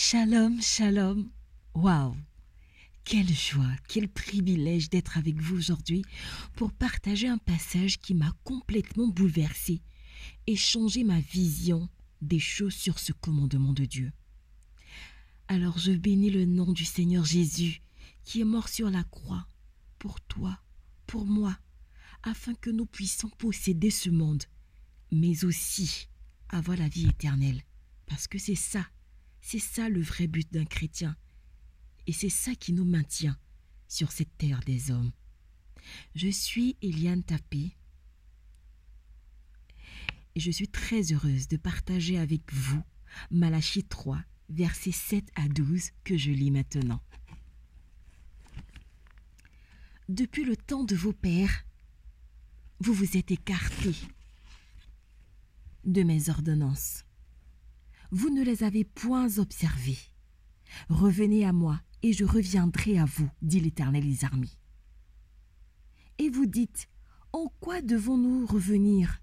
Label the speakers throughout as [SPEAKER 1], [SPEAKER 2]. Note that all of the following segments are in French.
[SPEAKER 1] Shalom, shalom. Waouh, quelle joie, quel privilège d'être avec vous aujourd'hui pour partager un passage qui m'a complètement bouleversée et changé ma vision des choses sur ce commandement de Dieu. Alors je bénis le nom du Seigneur Jésus qui est mort sur la croix pour toi, pour moi, afin que nous puissions posséder ce monde, mais aussi avoir la vie éternelle. Parce que c'est ça le vrai but d'un chrétien. Et c'est ça qui nous maintient sur cette terre des hommes. Je suis Eliane Tapé et je suis très heureuse de partager avec vous Malachie 3, versets 7 à 12 que je lis maintenant. Depuis le temps de vos pères, vous vous êtes écartés de mes ordonnances. Vous ne les avez point observées. Revenez à moi, et je reviendrai à vous, dit l'Éternel des armées. Et vous dites, en quoi devons-nous revenir?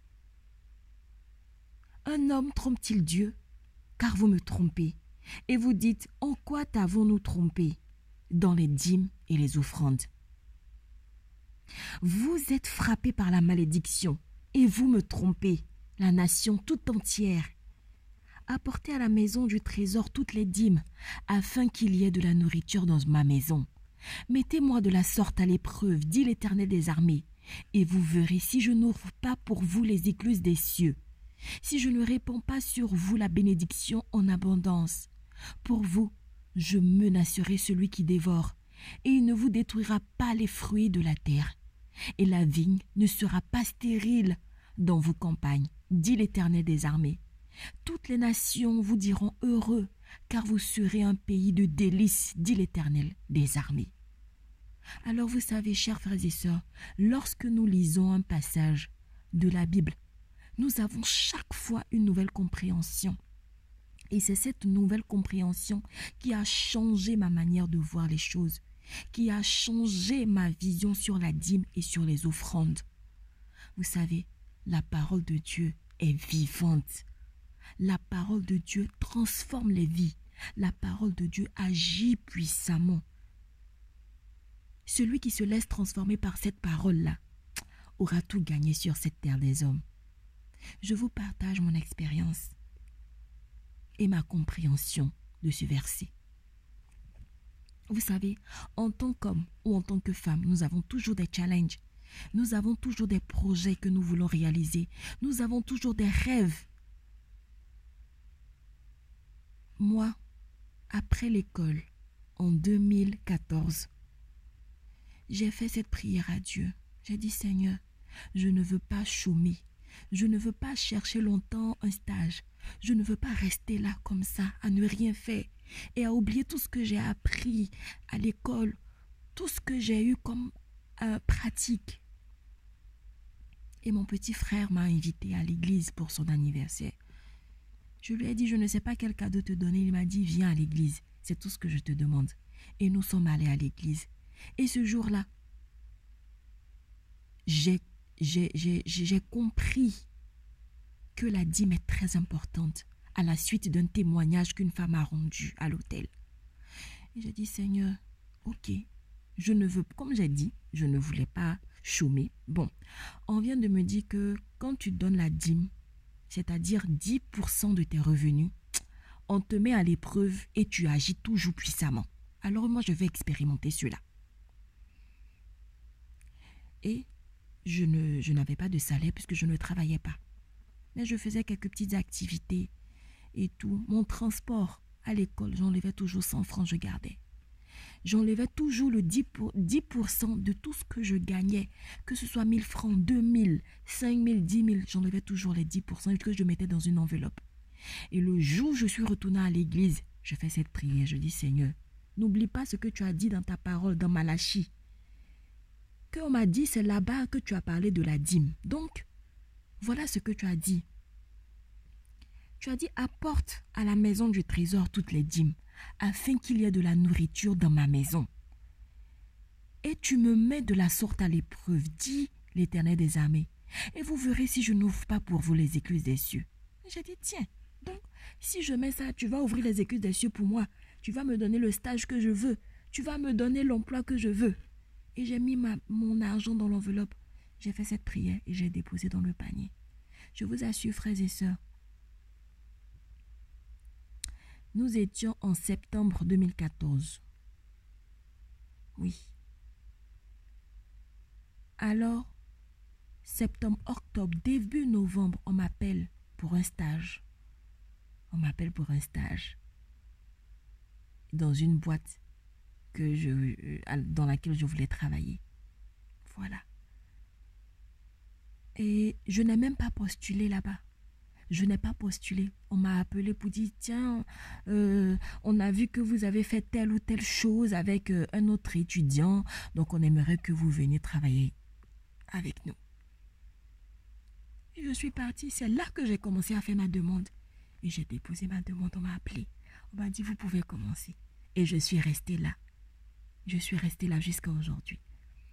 [SPEAKER 1] Un homme trompe-t-il Dieu? Car vous me trompez. Et vous dites, en quoi t'avons-nous trompé? Dans les dîmes et les offrandes. Vous êtes frappés par la malédiction, et vous me trompez, la nation toute entière. Apportez à la maison du trésor toutes les dîmes, afin qu'il y ait de la nourriture dans ma maison. Mettez-moi de la sorte à l'épreuve, dit l'Éternel des armées, et vous verrez si je n'ouvre pas pour vous les écluses des cieux, si je ne répands pas sur vous la bénédiction en abondance. Pour vous, je menacerai celui qui dévore, et il ne vous détruira pas les fruits de la terre, et la vigne ne sera pas stérile dans vos campagnes, dit l'Éternel des armées. Toutes les nations vous diront heureux, car vous serez un pays de délices, dit l'Éternel des armées. Alors vous savez, chers frères et sœurs, lorsque nous lisons un passage de la Bible, nous avons chaque fois une nouvelle compréhension. Et c'est cette nouvelle compréhension qui a changé ma manière de voir les choses, qui a changé ma vision sur la dîme et sur les offrandes. Vous savez, la parole de Dieu est vivante. La parole de Dieu transforme les vies. La parole de Dieu agit puissamment. Celui qui se laisse transformer par cette parole-là aura tout gagné sur cette terre des hommes. Je vous partage mon expérience et ma compréhension de ce verset. Vous savez, en tant qu'homme ou en tant que femme, nous avons toujours des challenges. Nous avons toujours des projets que nous voulons réaliser. Nous avons toujours des rêves. Moi, après l'école, en 2014, j'ai fait cette prière à Dieu. J'ai dit, Seigneur, je ne veux pas chômer. Je ne veux pas chercher longtemps un stage. Je ne veux pas rester là comme ça, à ne rien faire et à oublier tout ce que j'ai appris à l'école, tout ce que j'ai eu comme pratique. Et mon petit frère m'a invité à l'église pour son anniversaire. Je lui ai dit, je ne sais pas quel cadeau te donner. Il m'a dit, viens à l'église. C'est tout ce que je te demande. Et nous sommes allés à l'église. Et ce jour-là, j'ai compris que la dîme est très importante à la suite d'un témoignage qu'une femme a rendu à l'hôtel. Et j'ai dit, Seigneur, ok, je ne veux, comme j'ai dit, je ne voulais pas chômer. Bon, on vient de me dire que quand tu donnes la dîme, c'est-à-dire 10% de tes revenus, on te met à l'épreuve et tu agis toujours puissamment. Alors moi, je vais expérimenter cela. Et je n'avais pas de salaire puisque je ne travaillais pas. Mais je faisais quelques petites activités et tout. Mon transport à l'école, j'enlevais toujours 100 francs, je gardais. J'enlevais toujours le 10% de tout ce que je gagnais, que ce soit 1000 francs, 2000, 5000, 10 000, j'enlevais toujours les 10% que je mettais dans une enveloppe. Et le jour où je suis retournée à l'église, je fais cette prière, je dis, Seigneur, n'oublie pas ce que tu as dit dans ta parole, dans Malachie. Qu'on m'a dit, c'est là-bas que tu as parlé de la dîme. Donc, voilà ce que tu as dit. Tu as dit, apporte à la maison du trésor toutes les dîmes, afin qu'il y ait de la nourriture dans ma maison. Et tu me mets de la sorte à l'épreuve, dit l'Éternel des armées. Et vous verrez si je n'ouvre pas pour vous les écluses des cieux. J'ai dit, tiens, Donc, si je mets ça, tu vas ouvrir les écus des cieux pour moi. Tu vas me donner le stage que je veux. Tu vas me donner l'emploi que je veux. Et j'ai mis mon argent dans l'enveloppe. J'ai fait cette prière et j'ai déposé dans le panier. Je vous assure, frères et sœurs, nous étions en septembre 2014. Oui. Alors, septembre, octobre, début novembre, on m'appelle pour un stage. On m'appelle pour un stage dans une boîte dans laquelle je voulais travailler. Voilà. Et je n'ai même pas postulé là-bas. Je n'ai pas postulé. On m'a appelé pour dire, tiens, on a vu que vous avez fait telle ou telle chose avec un autre étudiant, donc on aimerait que vous veniez travailler avec nous. Et je suis partie. C'est là que j'ai commencé à faire ma demande. Et j'ai déposé ma demande. On m'a appelé. On m'a dit, vous pouvez commencer. Et je suis restée là. Je suis restée là jusqu'à aujourd'hui.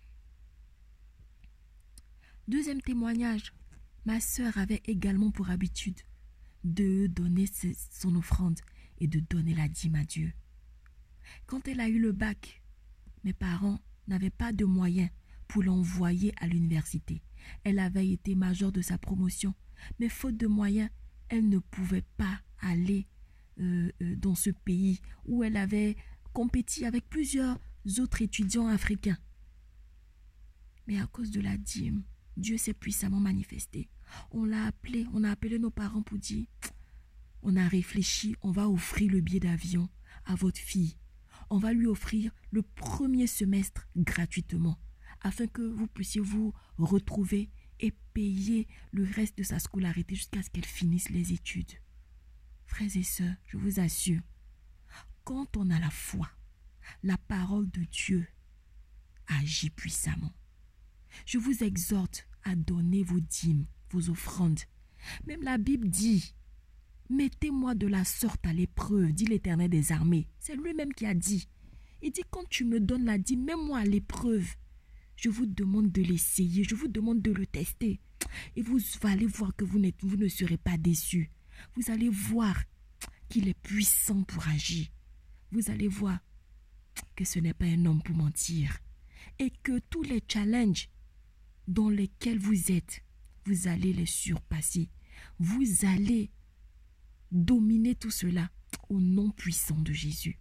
[SPEAKER 1] Deuxième témoignage. Ma sœur avait également pour habitude de donner son offrande et de donner la dîme à Dieu. Quand elle a eu le bac, mes parents n'avaient pas de moyens pour l'envoyer à l'université. Elle avait été majeure de sa promotion, mais faute de moyens, elle ne pouvait pas aller dans ce pays où elle avait compéti avec plusieurs autres étudiants africains. Mais à cause de la dîme, Dieu s'est puissamment manifesté. On a appelé nos parents pour dire, on a réfléchi, on va offrir le billet d'avion à votre fille. On va lui offrir le premier semestre gratuitement, afin que vous puissiez vous retrouver et payer le reste de sa scolarité jusqu'à ce qu'elle finisse les études. Frères et sœurs, je vous assure, quand on a la foi, la parole de Dieu agit puissamment. Je vous exhorte à donner vos dîmes, vos offrandes. Même la Bible dit, mettez-moi de la sorte à l'épreuve, dit l'Éternel des armées. C'est lui-même qui a dit. Il dit, quand tu me donnes la dîme, mets-moi à l'épreuve. Je vous demande de l'essayer, je vous demande de le tester. Et vous allez voir que vous ne serez pas déçus. Vous allez voir qu'il est puissant pour agir. Vous allez voir que ce n'est pas un homme pour mentir. Et que tous les challenges dans lesquels vous êtes, vous allez les surpasser. Vous allez dominer tout cela au nom puissant de Jésus.